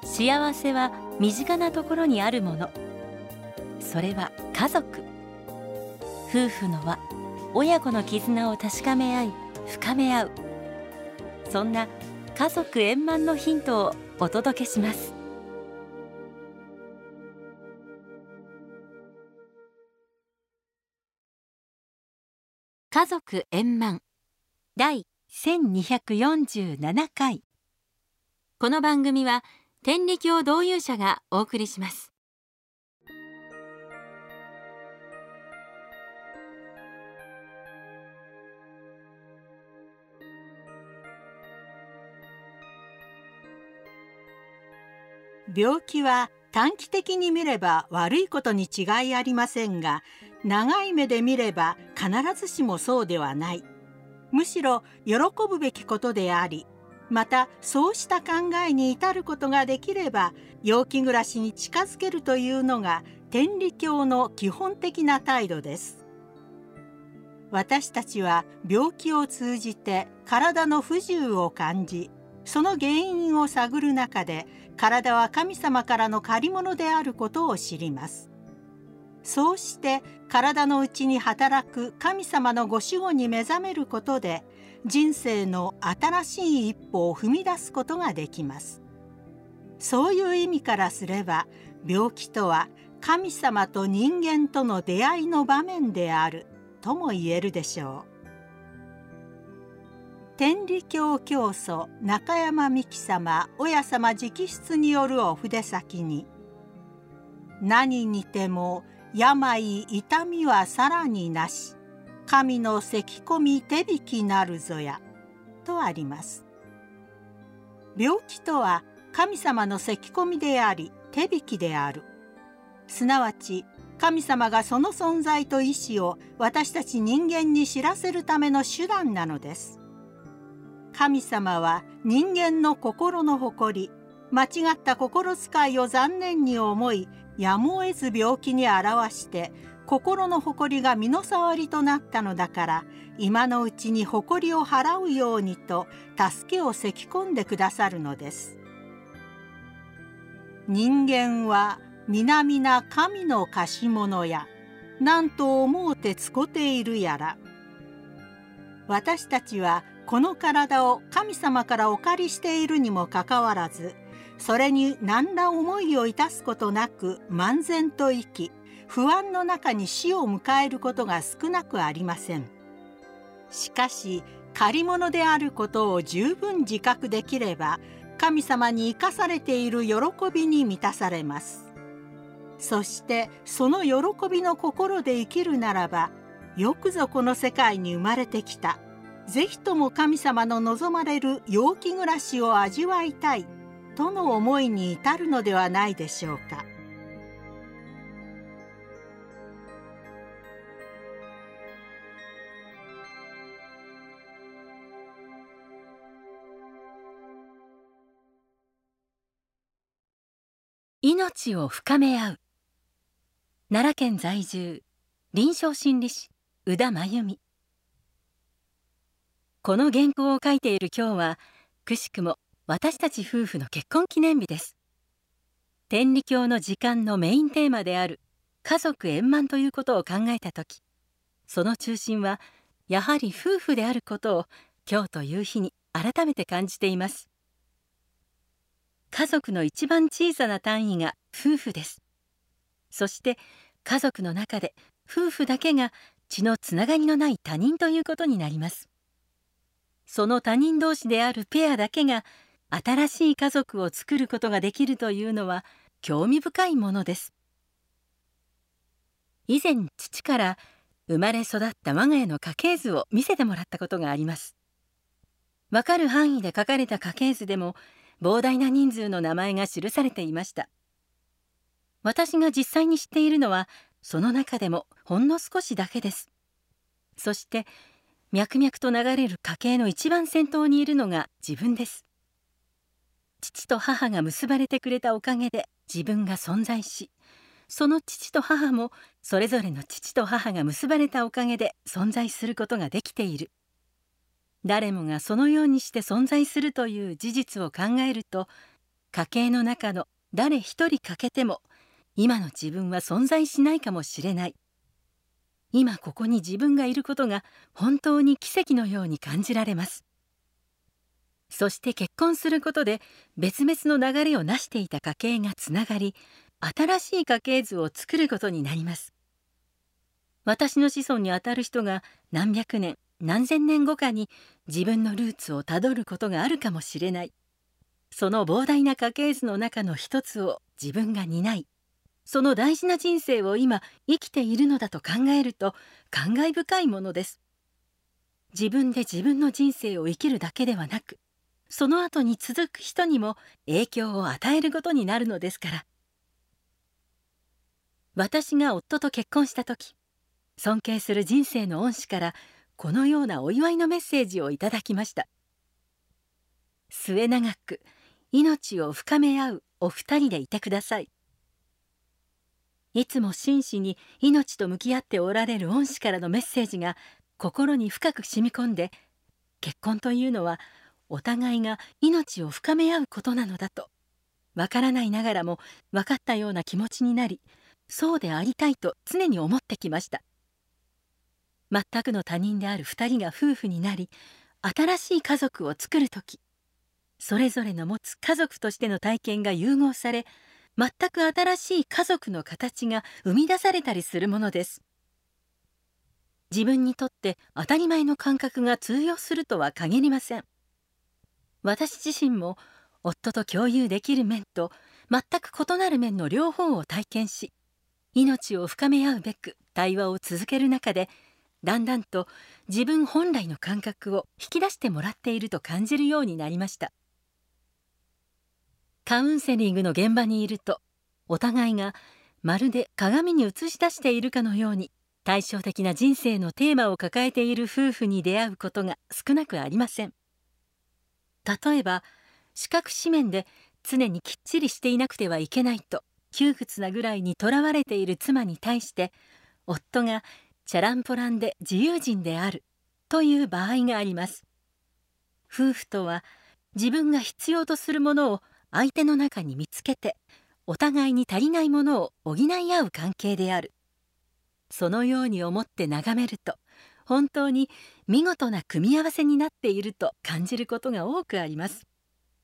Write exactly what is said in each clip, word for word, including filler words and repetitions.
幸せは身近なところにあるもの。それは家族。夫婦の輪、親子の絆を確かめ合い深め合う、そんな家族円満のヒントをお届けします。家族円満第せんにひゃくよんじゅうななかい。この番組は天理教導遊者がお送りします。 病気は短期的に見れば悪いことに違いありませんが、長い目で見れば必ずしもそうではない。むしろ喜ぶべきことであり、またそうした考えに至ることができれば陽気暮らしに近づけるというのが天理教の基本的な態度です。私たちは病気を通じて体の不自由を感じ、その原因を探る中で、体は神様からの借り物であることを知ります。そうして体の内に働く神様のご守護に目覚めることで、人生の新しい一歩を踏み出すことができます。そういう意味からすれば、病気とは神様と人間との出会いの場面であるとも言えるでしょう。天理教教祖中山美紀様親様直筆によるお筆先に、何にても病痛みはさらになし、神の咳込み手引きなるぞやとあります。病気とは神様の咳込みであり手引きである。すなわち神様がその存在と意志を私たち人間に知らせるための手段なのです。神様は人間の心の誇り、間違った心遣いを残念に思い、やむを得ず病気に表して心の誇りが身の触りとなったのだから、今のうちに誇りを払うようにと助けをせき込んでくださるのです。人間は皆々神の貸物や、なんと思うて使っているやら。私たちはこの体を神様からお借りしているにもかかわらず、それに何ら思いをいたすことなく漫然と生き、不安の中に死を迎えることが少なくありません。しかし借り物であることを十分自覚できれば、神様に生かされている喜びに満たされます。そしてその喜びの心で生きるならば、よくぞこの世界に生まれてきた、ぜひとも神様の望まれる陽気暮らしを味わいたいとの思いに至るのではないでしょうか。 命を深め合う。奈良県在住、臨床心理士宇田真由美。この原稿を書いている今日は、くしくも私たち夫婦の結婚記念日です。天理教の時間のメインテーマである家族円満ということを考えたとき、その中心はやはり夫婦であることを今日という日に改めて感じています。家族の一番小さな単位が夫婦です。そして家族の中で夫婦だけが血のつながりのない他人ということになります。その他人同士であるペアだけが新しい家族を作ることができるというのは興味深いものです。以前父から生まれ育った我が家の家系図を見せてもらったことがあります。わかる範囲で書かれた家系図でも膨大な人数の名前が記されていました。私が実際に知っているのはその中でもほんの少しだけです。そして脈々と流れる家系の一番先頭にいるのが自分です。父と母が結ばれてくれたおかげで自分が存在し、その父と母もそれぞれの父と母が結ばれたおかげで存在することができている。誰もがそのようにして存在するという事実を考えると、 家計の中の誰一人欠けても今の自分は存在しないかもしれない。今ここに自分がいることが本当に奇跡のように感じられます。そして結婚することで別々の流れを成していた家系がつながり、新しい家系図を作ることになります。私の子孫にあたる人が何百年何千年後かに自分のルーツをたどることがあるかもしれない。その膨大な家系図の中の一つを自分が担い、その大事な人生を今生きているのだと考えると感慨深いものです。自分で自分の人生を生きるだけではなく、その後に続く人にも影響を与えることになるのですから。私が夫と結婚した時、尊敬する人生の恩師からこのようなお祝いのメッセージをいただきました。末永く命を深め合うお二人でいてください。いつも真摯に命と向き合っておられる恩師からのメッセージが心に深く染み込んで、結婚というのはお互いが命を深め合うことなのだと、わからないながらも分かったような気持ちになり、そうでありたいと常に思ってきました。全くの他人である二人が夫婦になり、新しい家族を作るとき、それぞれの持つ家族としての体験が融合され、全く新しい家族の形が生み出されたりするものです。自分にとって当たり前の感覚が通用するとは限りません。私自身も夫と共有できる面と全く異なる面の両方を体験し、命を深め合うべく対話を続ける中で、だんだんと自分本来の感覚を引き出してもらっていると感じるようになりました。カウンセリングの現場にいると、お互いがまるで鏡に映し出しているかのように対照的な人生のテーマを抱えている夫婦に出会うことが少なくありません。例えば四角四面で常にきっちりしていなくてはいけないと窮屈なぐらいにとらわれている妻に対して、夫がチャランポランで自由人であるという場合があります。夫婦とは自分が必要とするものを相手の中に見つけて、お互いに足りないものを補い合う関係である。そのように思って眺めると、本当に見事な組み合わせになっていると感じることが多くあります。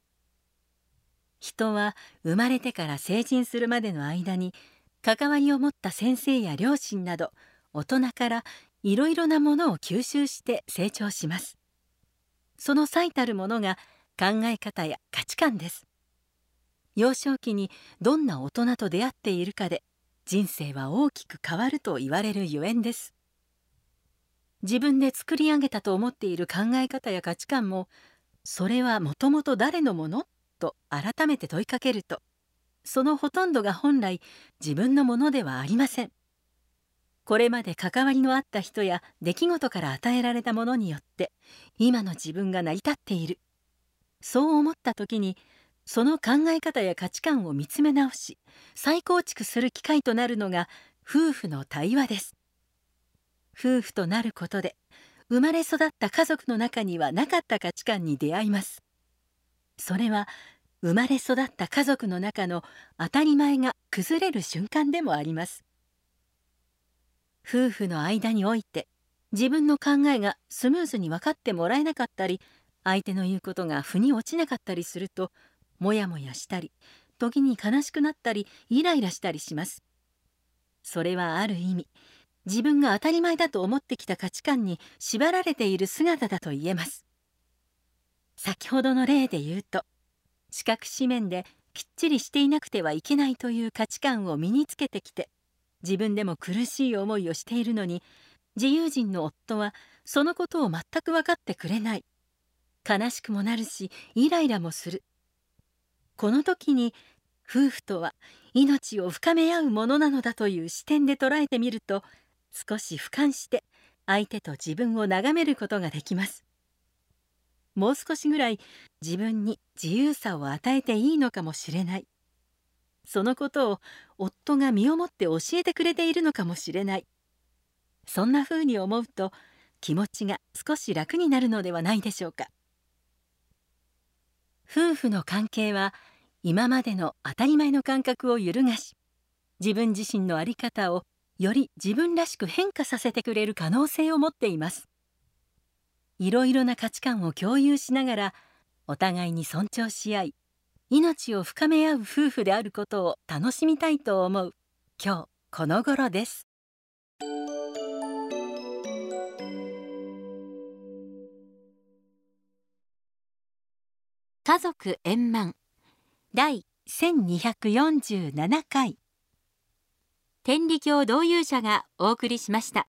人は生まれてから成人するまでの間に、関わりを持った先生や両親など大人からいろいろなものを吸収して成長します。その最たるものが考え方や価値観です。幼少期にどんな大人と出会っているかで人生は大きく変わると言われるゆえんです。自分で作り上げたと思っている考え方や価値観も、それはもともと誰のものと改めて問いかけると、そのほとんどが本来自分のものではありません。これまで関わりのあった人や出来事から与えられたものによって今の自分が成り立っている。そう思った時に、その考え方や価値観を見つめ直し再構築する機会となるのが夫婦の対話です。夫婦となることで生まれ育った家族の中にはなかった価値観に出会います。それは生まれ育った家族の中の当たり前が崩れる瞬間でもあります。夫婦の間において自分の考えがスムーズに分かってもらえなかったり、相手の言うことが腑に落ちなかったりすると、もやもやしたり、時に悲しくなったりイライラしたりします。それはある意味、自分が当たり前だと思ってきた価値観に縛られている姿だと言えます。先ほどの例で言うと、四角四面できっちりしていなくてはいけないという価値観を身につけてきて、自分でも苦しい思いをしているのに、自由人の夫はそのことを全く分かってくれない。悲しくもなるし、イライラもする。この時に夫婦とは命を深め合うものなのだという視点で捉えてみると、少し俯瞰して相手と自分を眺めることができます。もう少しぐらい自分に自由さを与えていいのかもしれない。そのことを夫が身をもって教えてくれているのかもしれない。そんなふうに思うと気持ちが少し楽になるのではないでしょうか。夫婦の関係は今までの当たり前の感覚を揺るがし、自分自身の在り方をより自分らしく変化させてくれる可能性を持っています。いろいろな価値観を共有しながら、お互いに尊重し合い、命を深め合う夫婦であることを楽しみたいと思う今日この頃です。家族円満第せんにひゃくよんじゅうななかい、天理教導遊者がお送りしました。